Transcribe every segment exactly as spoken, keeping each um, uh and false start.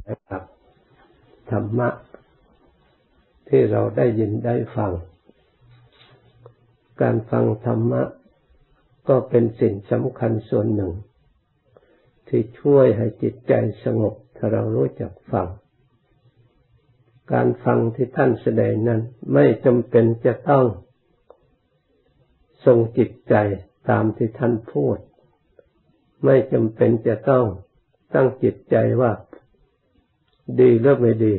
นะครับธรรมะที่เราได้ยินได้ฟังการฟังธรรมะก็เป็นสิ่งสำคัญส่วนหนึ่งที่ช่วยให้จิตใจสงบถ้าเรารู้จักฟังการฟังที่ท่านแสดงนั้นไม่จำเป็นจะต้องทรงจิตใจตามที่ท่านพูดไม่จำเป็นจะต้องตั้งจิตใจว่าดีหรือไม่ดี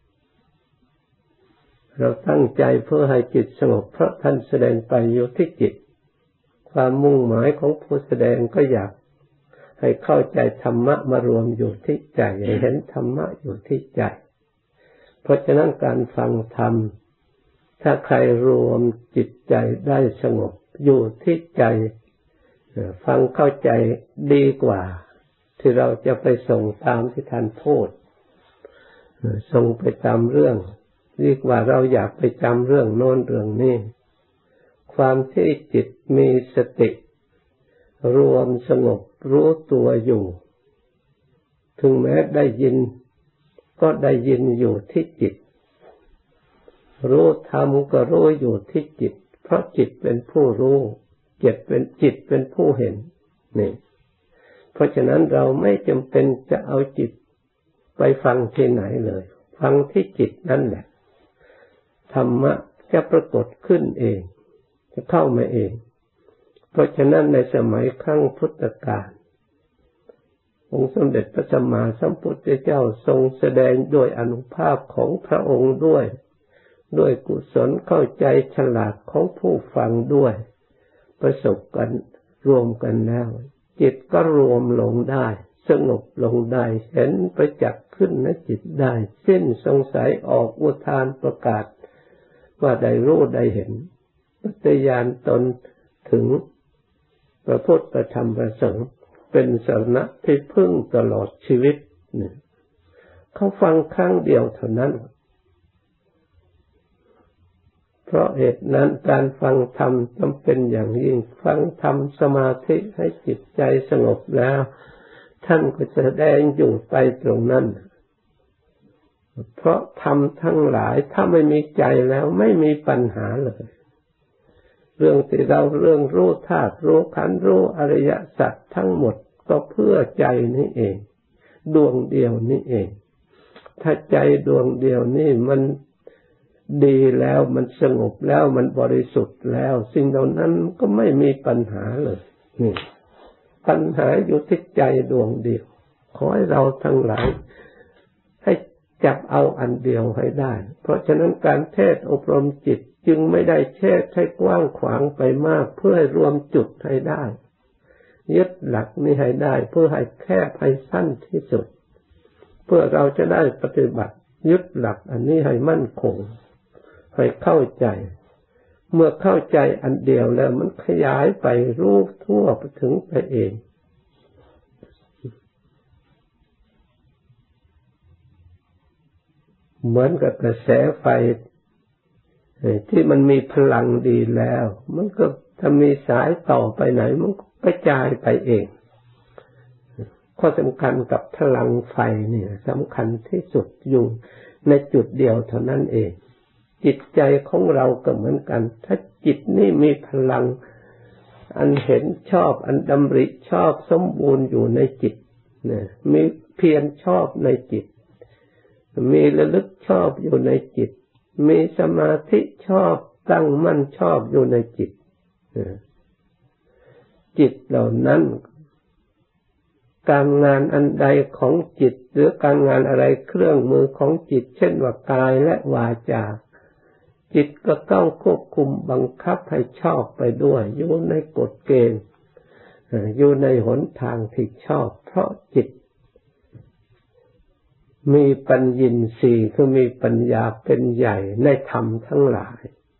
เราตั้งใจเพื่อให้จิตสงบเพราะท่านแสดงไปอยู่ที่จิตความมุ่งหมายของผู้แสดงก็อยากให้เข้าใจธรรมะมารวมอยู่ที่ใจให้เห็นธรรมะอยู่ที่ใจเพราะฉะนั้นการฟังธรรมถ้าใครรวมจิตใจได้สงบอยู่ที่ใจฟังเข้าใจดีกว่าที่เราจะไปส่งตามที่ท่านพูดส่งไปตามเรื่องดีกว่าเราอยากไปจำเรื่องโน้นเรื่องนี้ความที่จิตมีสติรวมสงบรู้ตัวอยู่ถึงแม้ได้ยินก็ได้ยินอยู่ที่จิตรู้ธรรมก็รู้อยู่ที่จิตเพราะจิตเป็นผู้รู้จิตเป็นจิตเป็นผู้เห็นนี่เพราะฉะนั้นเราไม่จำเป็นจะเอาจิตไปฟังที่ไหนเลยฟังที่จิตนั่นแหละธรรมะจะปรากฏขึ้นเองจะเข้ามาเองเพราะฉะนั้นในสมัยครั้งพุทธกาลองค์สมเด็จพระสัมมาสัมพุทธเจ้าทรงแสดงโดยอานุภาพของพระองค์ด้วยด้วยกุศลเข้าใจฉลาดของผู้ฟังด้วยประสบกันรวมกันแล้วจิตก็รวมลงได้สงบลงได้เห็นประจักษ์ขึ้นในจิตได้สิ้นสงสัยออกอุทานประกาศว่าได้รู้ได้เห็นปฏิญาณตนถึงพระพุทธพระธรรมพระสงฆ์เป็นสรณะที่พึ่งตลอดชีวิตเนี่ยเขาฟังครั้งเดียวเท่านั้นเพราะเหตุนั้นการฟังธรรมจำเป็นอย่างยิ่งฟังธรรมสมาธิให้จิตใจสงบแล้วท่านก็จะแสดงอยู่ไปตรงนั้นเพราะธรรมทั้งหลายถ้าไม่มีใจแล้วไม่มีปัญหาเลยเรื่องที่เราเรื่องรู้ธาตุรู้ขันธ์รู้อริยสัจทั้งหมดก็เพื่อใจนี่เองดวงเดียวนี่เองถ้าใจดวงเดียวนี่มันดีแล้วมันสงบแล้วมันบริสุทธิ์แล้วสิ่งเหล่านั้นก็ไม่มีปัญหาเลยนี่ปัญหาอยู่ที่ใจดวงเดียวขอให้เราทั้งหลายให้จับเอาอันเดียวให้ได้เพราะฉะนั้นการเทศอบรมจิตจึงไม่ได้เทศให้กว้างขวางไปมากเพื่อให้รวมจุดให้ได้ยึดหลักนี้ให้ได้เพื่อให้แคบให้สั้นที่สุดเพื่อเราจะได้ปฏิบัติยึดหลักอันนี้ให้มั่นคงให้เข้าใจเมื่อเข้าใจอันเดียวแล้วมันขยายไปรู้ทั่วไปถึงไปเองเหมือนกับกระแสไฟที่มันมีพลังดีแล้วมันก็ถ้ามีสายต่อไปไหนมันก็กระจายไปเองข้อสำคัญกับพลังไฟเนี่ยสำคัญที่สุดอยู่ในจุดเดียวเท่านั้นเองจิตใจของเราก็เหมือนกันถ้าจิตนี่มีพลังอันเห็นชอบอันดำริชอบสมบูรณ์อยู่ในจิตเนี่ยมีเพียรชอบในจิตมีระลึกชอบอยู่ในจิตมีสมาธิชอบตั้งมั่นชอบอยู่ในจิตจิตเหล่านั้นการงานอันใดของจิตหรือการงานอะไรเครื่องมือของจิตเช่นว่ากายและวาจาจิตก็ต้องควบคุมบังคับให้ชอบไปด้วยอยู่ในกฎเกณฑ์อยู่ในหนทางที่ชอบเพราะจิตมีปัญญีสีคือมีปัญญาเป็นใหญ่ในธรรมทั้งหลาย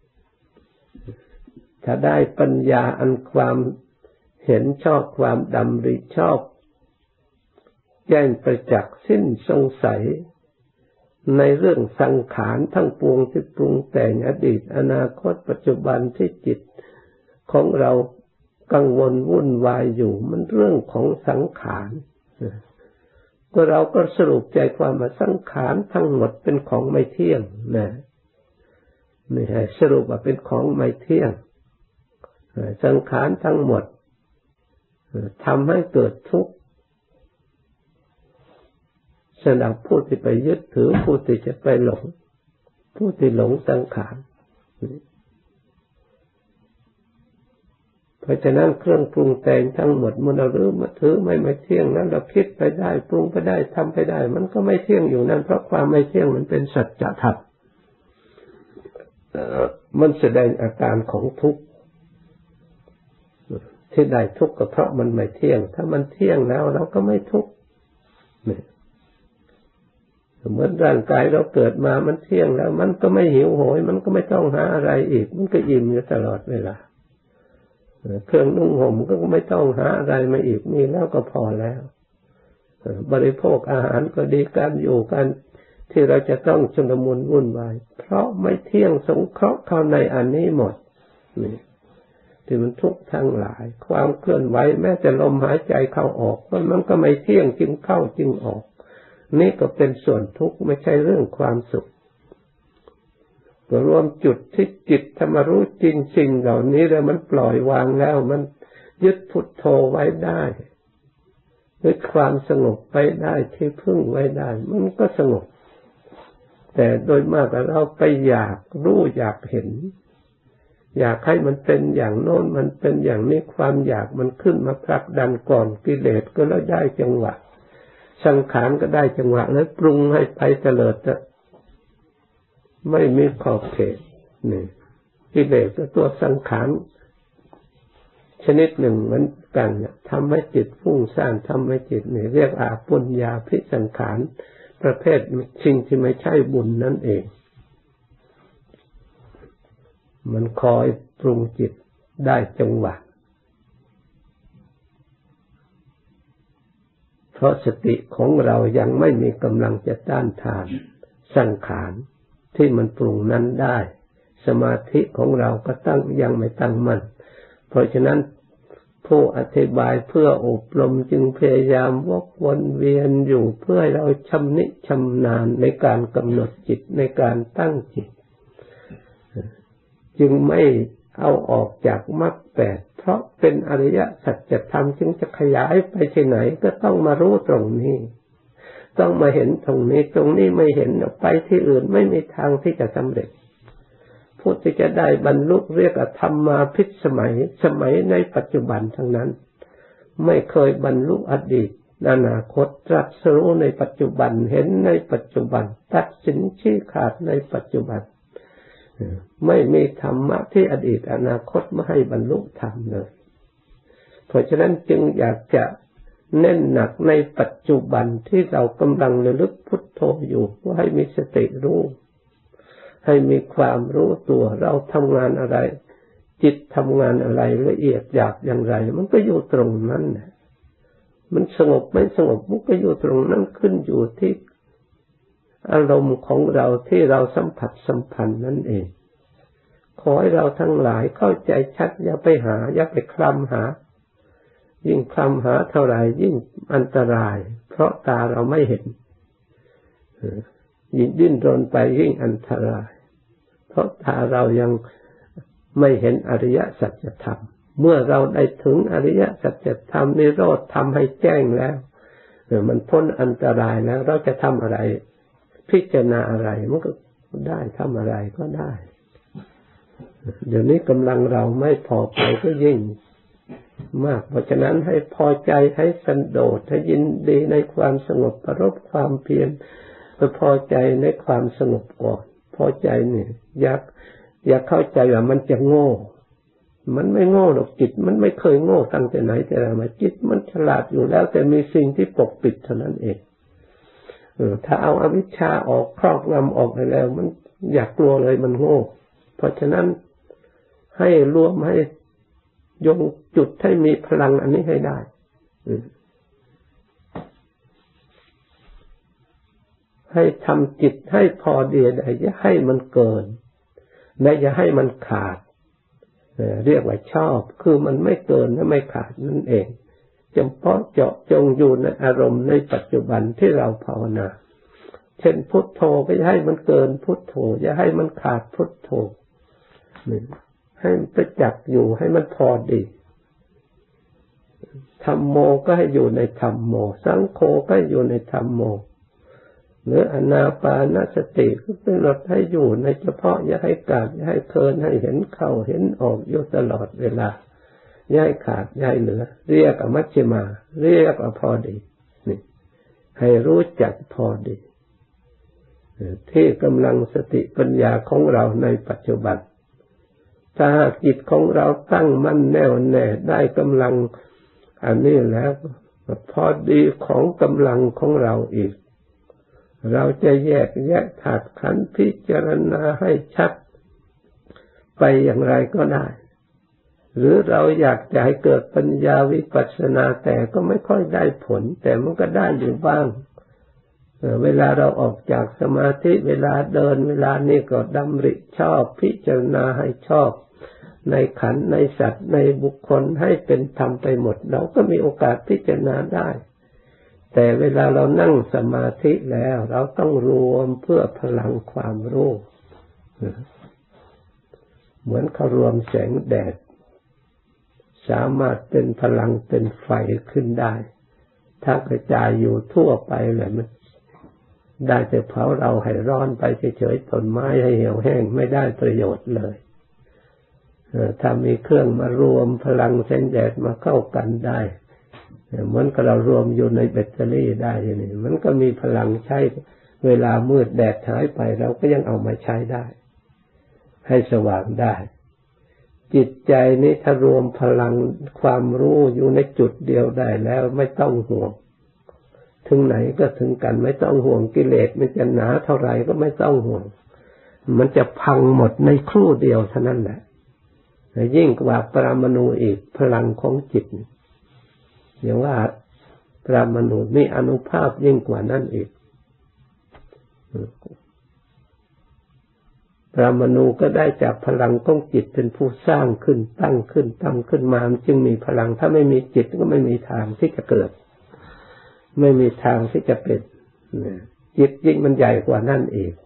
ถ้าได้ปัญญาอันความเห็นชอบความดำริชอบแจ้งประจักษ์สิ้นสงสัยในเรื่องสังขารทั้งปวงที่ปรุงแต่งอดีตอนาคตปัจจุบันที่จิตของเรากังวลวุ่นวายอยู่มันเรื่องของสังขารก็เราก็สรุปใจความว่าสังขารทั้งหมดเป็นของไม่เที่ยงนะนี่ให้สรุปว่าเป็นของไม่เที่ยงสังขารทั้งหมดทำให้เกิดทุกข์สำหรับผู้ที่ไปยึดถือผู้ที่จะไปหลงผู้ที่หลงสังขารเพราะฉะนั้นเครื่องปรุงแต่งทั้งหมดมันเรารู้มาถือไม่ไม่เที่ยงนั้นเราคิดไปได้ปรุงไปได้ทำไปได้มันก็ไม่เที่ยงอยู่นั่นเพราะความไม่เที่ยงมันเป็นสัจธรรมมันแสดงอาการของทุกข์ที่ได้ทุกข์ก็เพราะมันไม่เที่ยงถ้ามันเที่ยงแล้วเราก็ไม่ทุกข์เหมือนร่างกายเราเกิดมามันเที่ยงแล้วมันก็ไม่หิวโหยมันก็ไม่ต้องหาอะไรอีกมันก็อิ่มอยู่ตลอดเวลาเครื่องนุ่งห่มก็ไม่ต้องหาอะไรมาอีกมีแล้วก็พอแล้วบริโภคอาหารก็ดีการอยู่กันที่เราจะต้องชุลมุนวุ่นวายเพราะไม่เที่ยงสงเคราะห์เข้าในอันนี้หมดนี่ที่มันทุกข์ทั้งหลายความเคลื่อนไหวแม้แต่ลมหายใจเข้าออกมันก็ไม่เที่ยงจึงเข้าจึงออกนี่ก็เป็นส่วนทุกข์ไม่ใช่เรื่องความสุขก็รวมจุดที่จิตธรรมรู้จริงสิ่งเหล่านี้แล้วมันปล่อยวางแล้วมันยึดพุทโธไว้ได้ด้วยความสงบไปได้ที่พึ่งไว้ได้มันก็สงบแต่โดยมากเราไปอยากรู้อยากเห็นอยากให้มันเป็นอย่างโน้นมันเป็นอย่างนี้ความอยากมันขึ้นมาผลักดันก่อนกิเลสก็แล้วได้จังหวะสังขารก็ได้จังหวะแล้วปรุงให้ไปเตลิดจะไม่มีขอบเขตนี่กิเลสก็ตัวสังขารชนิดหนึ่งเหมือนกันเนี่ยทำให้จิตฟุ้งซ่านทำให้จิตนี่เรียกอาปุญญาภิสังขารประเภทสิ่งที่ไม่ใช่บุญนั่นเองมันคอยปรุงจิตได้จังหวะเพราะสติของเรายังไม่มีกำลังจะต้านทานสังขารที่มันปรุงนั้นได้สมาธิของเราก็ตั้งยังไม่ตั้งมั่นเพราะฉะนั้นผู้อธิบายเพื่ออบรมจึงพยายามวกวนเวียนอยู่เพื่อให้เราชำนิชำนาญในการกำหนดจิตในการตั้งจิตจึงไม่เอาออกจากมรรคแปดเพราะเป็นอริยสัจธรรมจึงจะขยายไปที่ไหนก็ต้องมารู้ตรงนี้ต้องมาเห็นตรงนี้ตรงนี้ไม่เห็นไปที่อื่นไม่มีทางที่จะสำเร็จผู้ที่จะได้บรรลุเรียกว่าธรรมาภิสมัยสมัยในปัจจุบันทั้งนั้นไม่เคยบรรลุอดีตอนาคตตรัสรู้ในปัจจุบันเห็นในปัจจุบันตัดสินชี้ขาดในปัจจุบันไม่มีธรรมะที่อดีตอนาคตไม่ให้บรรลุธรรมเลยเพราะฉะนั้นจึงอยากจะเน้นหนักในปัจจุบันที่เรากำลังระลึกพุทโธอยู่ว่าให้มีสติรู้ให้มีความรู้ตัวเราทำงานอะไรจิตทำงานอะไรละเอียดหยาบอย่างไรมันก็อยู่ตรงนั้นนะมันสงบไม่สงบมันก็อยู่ตรงนั้นขึ้นอยู่ที่อารมณ์ของเราที่เราสัมผัสสัมพันธ์นั่นเองขอให้เราทั้งหลายเข้าใจชัดอย่าไปหาอย่าไปคลำหายิ่งคลำหาเท่าไหร่ยิ่งอันตรายเพราะตาเราไม่เห็นยิ่งดิ้นรนไปยิ่งอันตรายเพราะตาเรายังไม่เห็นอริยสัจธรรมเมื่อเราได้ถึงอริยสัจธรรมนิโรธทำให้แจ้งแล้วมันพ้นอันตรายแล้วเราจะทำอะไรพิจารณาอะไรมันก็ได้ทำอะไรก็ได้เดี๋ยวนี้กำลังเราไม่พอไปก็ยิ่งมากเพราะฉะนั้นให้พอใจให้สันโดษให้ยินดีในความสงบประรบความเพียรพอใจในความสงบก่อนพอใจเนี่ยอยากอยากเข้าใจว่ามันจะโง่มันไม่โง่หรอกจิตมันไม่เคยโง่ตั้งแต่ไหนแต่ไรมาจิตมันฉลาดอยู่แล้วแต่มีสิ่งที่ปกปิดเท่านั้นเองเออถ้าเอาอวิชชาออกครอบงำออกไปแล้วมันอยากกลัวเลยมันโง่เพราะฉะนั้นให้รวมให้ยงจุดให้มีพลังอันนี้ให้ได้ให้ทำจิตให้พอดีได้อย่าให้มันเกินและอย่าให้มันขาดเรียกว่าชอบคือมันไม่เกินและไม่ขาดนั่นเองจำเพาะเจาะจงอยู่ในอารมณ์ในปัจจุบันที่เราภาวนาเช่นพุทโธก็อย่าให้มันเกินพุทโธอย่าให้มันขาดพุทโธให้มันประจักษ์อยู่ให้มันพอดีธัมโมก็ให้อยู่ในธัมโมสังโฆก็ให้อยู่ในธัมโมหรืออานาปานสติก็เป็นหลักให้อยู่ในเฉพาะอย่าให้ขาดอย่าให้เกินให้เห็นเข้าเห็นออกอยู่ตลอดเวลาอย่าให้ขาดอย่าให้เหลือเรียกว่ามัชฌิมาเรียกว่าพอดีนี่ให้รู้จักพอดีที่กำลังสติปัญญาของเราในปัจจุบันถ้าจิตของเราตั้งมั่นแน่วแน่ได้กำลังอันนี้แล้วพอดีของกำลังของเราอีกเราจะแยกแยกธาตุขันธ์พิจารณาให้ชัดไปอย่างไรก็ได้หรือเราอยากจะให้เกิดปัญญาวิปัสสนาแต่ก็ไม่ค่อยได้ผลแต่มันก็ได้อยู่บ้างเวลาเราออกจากสมาธิเวลาเดินเวลานี้ก็ดำริชอบพิจารณาให้ชอบในขันธ์ในสัตว์ในบุคคลให้เป็นธรรมไปหมดเราก็มีโอกาสพิจารณาได้แต่เวลาเรานั่งสมาธิแล้วเราต้องรวมเพื่อพลังความรู้เหมือนเขารวมแสงแดดสามารถเป็นพลังเป็นไฟขึ้นได้ถ้ากระจายอยู่ทั่วไปแหละมันได้แต่เผาเราให้ร้อนไปเฉยๆต้นไม้ให้เหี่ยวแห้งไม่ได้ประโยชน์เลยถ้ามีเครื่องมารวมพลังแสงแดดมาเข้ากันได้เหมือนกับเรารวมอยู่ในแบตเตอรี่ได้นี่มันก็มีพลังใช้เวลามืดแดดหายไปเราก็ยังเอามาใช้ได้ให้สว่างได้จิตใจนี้ถ้ารวมพลังความรู้อยู่ในจุดเดียวได้แล้วไม่ต้องห่วงถึงไหนก็ถึงกันไม่ต้องห่วงกิเลสมันจะหนาเท่าไหร่ก็ไม่ต้องห่วงมันจะพังหมดในครู่เดียวเท่านั้นแหละยิ่งกว่าปรมาณูอีกพลังของจิตอย่างว่าปรมาณูมีอานุภาพยิ่งกว่านั้นอีกปรมาณูก็ได้จากพลังของจิตเป็นผู้สร้างขึ้นตั้งขึ้นตั้งขึ้นมามันจึงมีพลังถ้าไม่มีจิตก็ไม่มีทางที่จะเกิดไม่มีทางที่จะเป็นจิตยิ่งมันใหญ่กว่านั่นเอง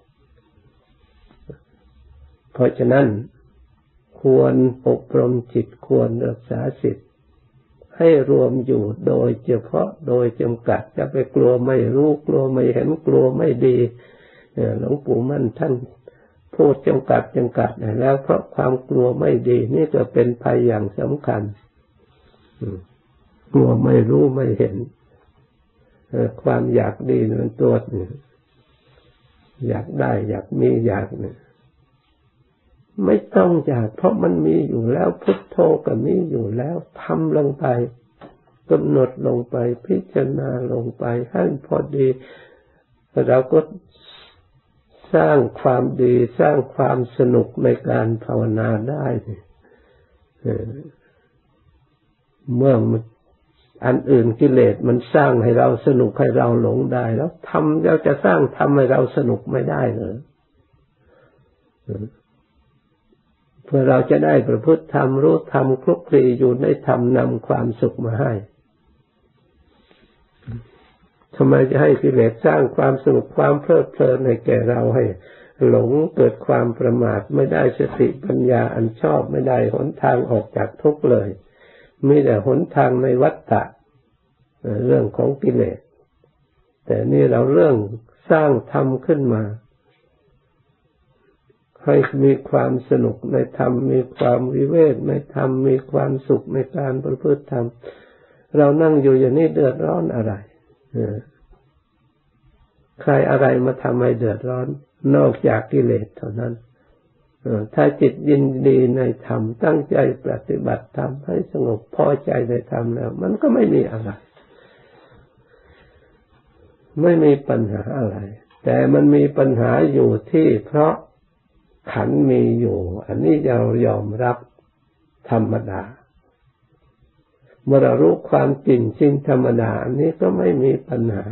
เพราะฉะนั้นควรอบรมจิตควรรักษาจิตให้รวมอยู่โดยเฉพาะโดยจำกัดจะไปกลัวไม่รู้กลัวไม่เห็นกลัวไม่ดีหลวงปู่มั่นท่านพูดจำกัดจำกัดแล้วเพราะความกลัวไม่ดีนี่ก็เป็นภัยอย่างสำคัญกลัวไม่รู้ไม่เห็นความอยากดีมันตัวอยากได้อยากมีอยากเนี่ยไม่ต้องอยากเพราะมันมีอยู่แล้วพุทโธก็มีอยู่แล้วทำลงไปกำหนดลงไปพิจารณาลงไปให้พอดีเราก็สร้างความดีสร้างความสนุกในการภาวนาได้เมื่ออันอื่นกิเลสมันสร้างให้เราสนุกให้เราหลงได้แล้วทำเราจะสร้างทำให้เราสนุกไม่ได้เหรอเพื่อเราจะได้ประพฤติธรรมรู้ธรรมคลุกคลีอยู่ในธรรมนำความสุขมาให้ทำไมจะให้กิเลสสร้างความสนุกความเพลิดเพลินให้แก่เราให้หลงเกิดความประมาทไม่ได้สติปัญญาอันชอบไม่ได้หนทางออกจากทุกข์เลยมีแต่หนทางในวัฏฏะเรื่องของกิเลสแต่นี่เราเรื่องสร้างธรรมขึ้นมาให้มีความสนุกในธรรมมีความวิเวกในธรรมมีความสุขในการประพฤติธรรมเรานั่งอยู่อย่างนี้เดือดร้อนอะไรใครอะไรมาทำให้เดือดร้อนนอกจากกิเลสเท่านั้นถ้าจิตยินดีในธรรมตั้งใจปฏิบัติธรรมให้สงบพอใจในธรรมแล้วมันก็ไม่มีอะไรไม่มีปัญหาอะไรแต่มันมีปัญหาอยู่ที่เพราะขันธ์มีอยู่อันนี้เรายอมรับธรรมดาเมื่อเรารู้ความจริงจริงธรรมดาอันนี้ก็ไม่มีปัญหา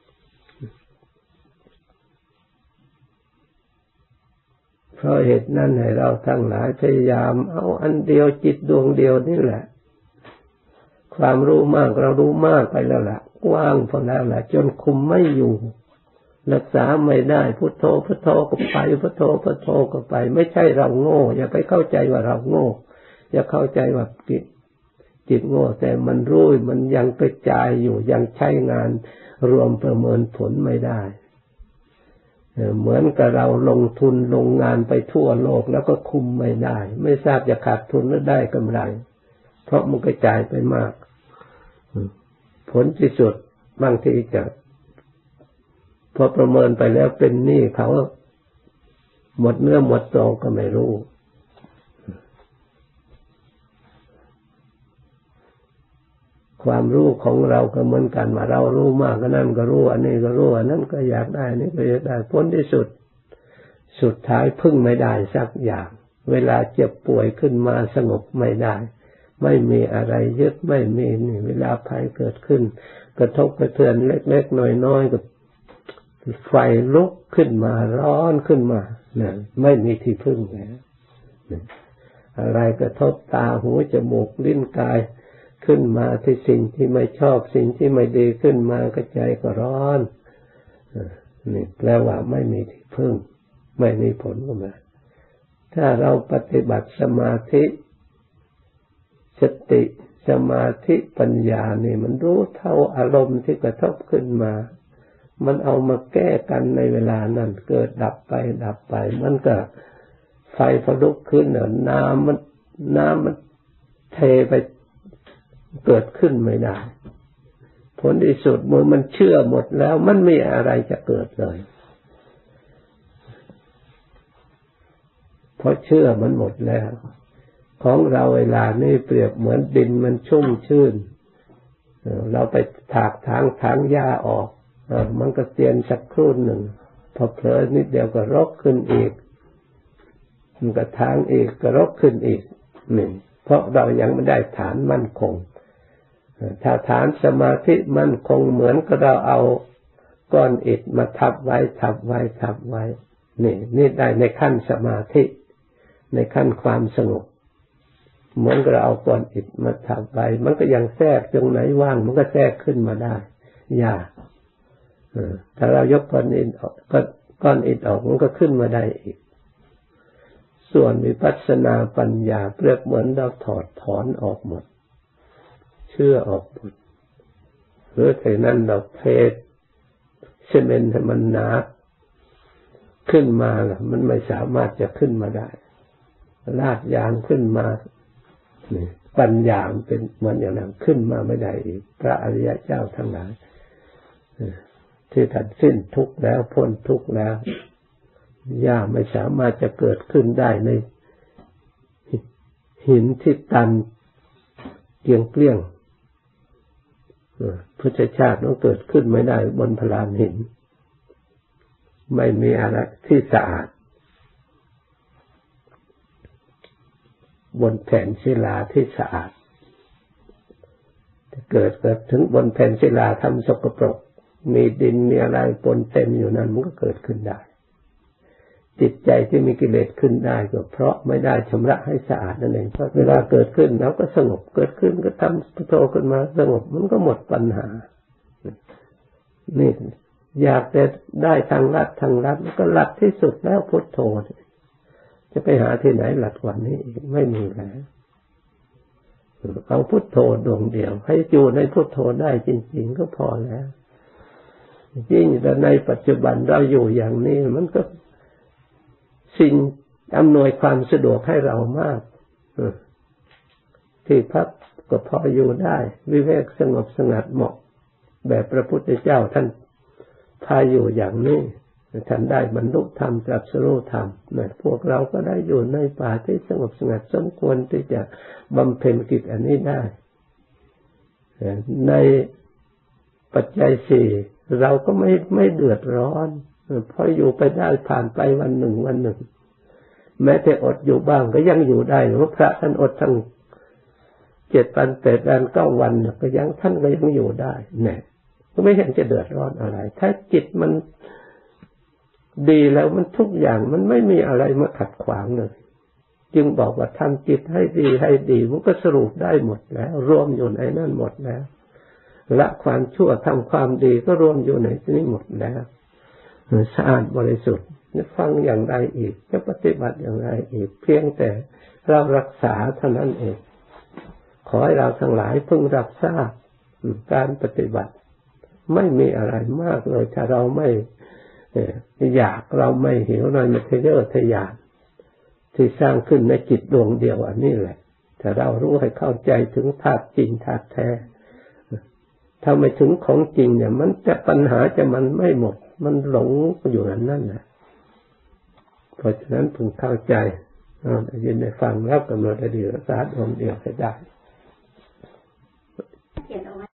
เพราะเหตุนั้นให้เราทั้งหลายพยายามเอาอันเดียวจิตดวงเดียวนี่แหละความรู้มากเรารู้มากไปแล้วล่ะกว้างพอแล้วล่ะจนคุมไม่อยู่รักษาไม่ได้พุทโธพุทโธก็ไปพุทโธพุทโธก็ไปไม่ใช่เราโง่อย่าไปเข้าใจว่าเราโง่อย่าเข้าใจว่าจิตจิตโง่แต่มันรู้มันยังกระจายอยู่ยังใช้งานรวมประเมินผลไม่ได้เหมือนกับเราลงทุนลงงานไปทั่วโลกแล้วก็คุมไม่ได้ไม่ทราบจะขาดทุนหรือได้กำไรเพราะมันกระจายไปมากผลที่สุดบางทีจะพอประเมินไปแล้วเป็นหนี้เขาหมดเนื้อหมดตัวก็ไม่รู้ความรู้ของเราก็เหมือนกันว่าเรารู้มากก็นั่นก็รู้อันนี้ก็รู้อันนั้นก็อยากได้นี่ก็อยากได้ผลที่สุดสุดท้ายพึ่งไม่ได้สักอย่างเวลาเจ็บป่วยขึ้นมาสงบไม่ได้ไม่มีอะไรยึดไม่มีนี่เวลาภัยเกิดขึ้นกระทบกระเทือนเล็กๆน้อยๆก็ไฟลุกขึ้นมาร้อนขึ้นมาเนี่ยไม่มีที่พึ่งแล้วอะไรกระทบตาหูจมูกลิ้นกายขึ้นมาที่สิ่งที่ไม่ชอบสิ่งที่ไม่ดีขึ้นมากระใจก็ร้อนนี่แปลว่าไม่มีที่พึ่งไม่มีผลก็มาถ้าเราปฏิบัติสมาธิสติสมาธิปัญญานี่มันรู้เท่าอารมณ์ที่กระทบขึ้นมามันเอามาแก้กันในเวลานั้นเกิดดับไปดับไปมันก็ไฟพลุกขึ้นน่ะน้ำมันน้ำมันเทไปเกิดขึ้นไม่ได้ผลที่สุดเมื่อมันเชื่อหมดแล้วมันไม่อะไรจะเกิดเลยเพราะเชื่อมันหมดแล้วของเราเวลานี้เปรียบเหมือนดินมันชุ่มชื้นเราไปถากถางถางหญ้าออกมันก็เตียนสักครู่หนึ่งพอเผลอนิดเดียวก็รกขึ้นอีกมันก็ถางอีกก็รกขึ้นอีกนี่เพราะเรายังไม่ได้ฐานมั่นคงถ้าฐานสมาธิมั่นคงเหมือนกับเราเอาก้อนอิฐมาทับไว้ทับไว้ทับไว้นี่นี่ได้ในขั้นสมาธิในขั้นความสงบเหมือนกับเราเอาก้อนอิฐมาทับไว้มันก็ยังแทรกตรงไหนว่างมันก็แทรกขึ้นมาได้ยากถ้าเรายกก้อนอิฐออกก้อนอิฐออกมันก็ขึ้นมาได้อีกส่วนวิปัสสนาปัญญาเปรียบเหมือนเราถอดถอนออกหมดเชื่อออกหมดหรือแต่นั้นเราเทซีเมนต์ให้มันหนาขึ้นมาล่ะมันไม่สามารถจะขึ้นมาได้ลาดยางขึ้นมานี่ปัญญาเป็นเหมือนอย่างนั้นขึ้นมาไม่ได้อีกพระอริยเจ้าทั้งหลายที่ท่านสิ้นทุกข์แล้วพ้นทุกข์แล้วย่าไม่สามารถจะเกิดขึ้นได้ในหินที่ตันเกลี้ยงเกลี้ยงพุทธชาติต้องเกิดขึ้นไม่ได้บนพลานหินไม่มีอะไรที่สะอาดบนแผ่นศิลาที่สะอาดเกิดเกิดถึงบนแผ่นศิลาทำสกปรกมีดินมีอะไรปนเต็มอยู่นั้นมันก็เกิดขึ้นได้จิตใจที่มีกิเลสขึ้นได้ก็เพราะไม่ได้ชำระให้สะอาดนั่นเองเพราะเวลาเกิดขึ้นแล้วก็สงบเกิดขึ้นก็ทำพุทโธขึ้นมาสงบมันก็หมดปัญหานี่อยากจะได้ทางลัดทางลัดก็ลัดที่สุดแล้วพุทโธจะไปหาที่ไหนลัดกว่านี้ไม่มีแล้วเอาพุทโธดวงเดียวให้อยู่ในพุทโธได้จริงๆก็พอแล้วยิ่งแต่ในปัจจุบันเราอยู่อย่างนี้มันก็สิ่งอำนวยความสะดวกให้เรามากที่พักก็พออยู่ได้วิเวกสงบสงัดเหมาะแบบพระพุทธเจ้าท่านพาอยู่อย่างนี้ท่านได้บรรลุธรรมตรัสรู้ธรรมนะพวกเราก็ได้อยู่ในป่าที่สงบสงัดสมควรที่จะบำเพ็ญกิจอันนี้ได้ในปัจจัยสี่เราก็ไม่ไม่เดือดร้อนเพราะอยู่ไปได้ผ่านไปวันหนึ่งวันหนึ่งแม้แต่อดอยู่บ้างก็ยังอยู่ได้เพราะพระท่านอดทั้งเจ็ดวันแปดวันเก้าวันก็ยังท่านก็ยังอยู่ได้เนี่ยก็ไม่เห็นจะเดือดร้อนอะไรถ้าจิตมันดีแล้วมันทุกอย่างมันไม่มีอะไรมาขัดขวางเลยจึงบอกว่าทำจิตให้ดีให้ดีมันก็สรุปได้หมดแล้วรวมอยู่ในนั้นหมดแล้วละความชั่วทำความดีก็รวมอยู่ในนี้หมดแล้วสะอาดบริสุทธิ์จะฟังอย่างไรอีกจะปฏิบัติอย่างไรอีกเพียงแต่เรารักษาเท่านั้นเองขอให้เราทั้งหลายพึงรับทราบการปฏิบัติไม่มีอะไรมากเลยถ้าเราไม่อยากเราไม่หิวเราไม่ทะเยอทะยานที่สร้างขึ้นในจิตดวงเดียวอันนี้แหละถ้าเรารู้ให้เข้าใจถึงธาตุจริงธาตุแท้ถ้าไม่ถึงของจริงเนี่ยมันจะปัญหาจะมันไม่หมดมันหลงอยู่นั่นนั่นแหละเพราะฉะนั้นพึงเข้าใจได้ยินได้ฟังแล้วกำหนดให้ดีรักษาดวงเดียวให้ได้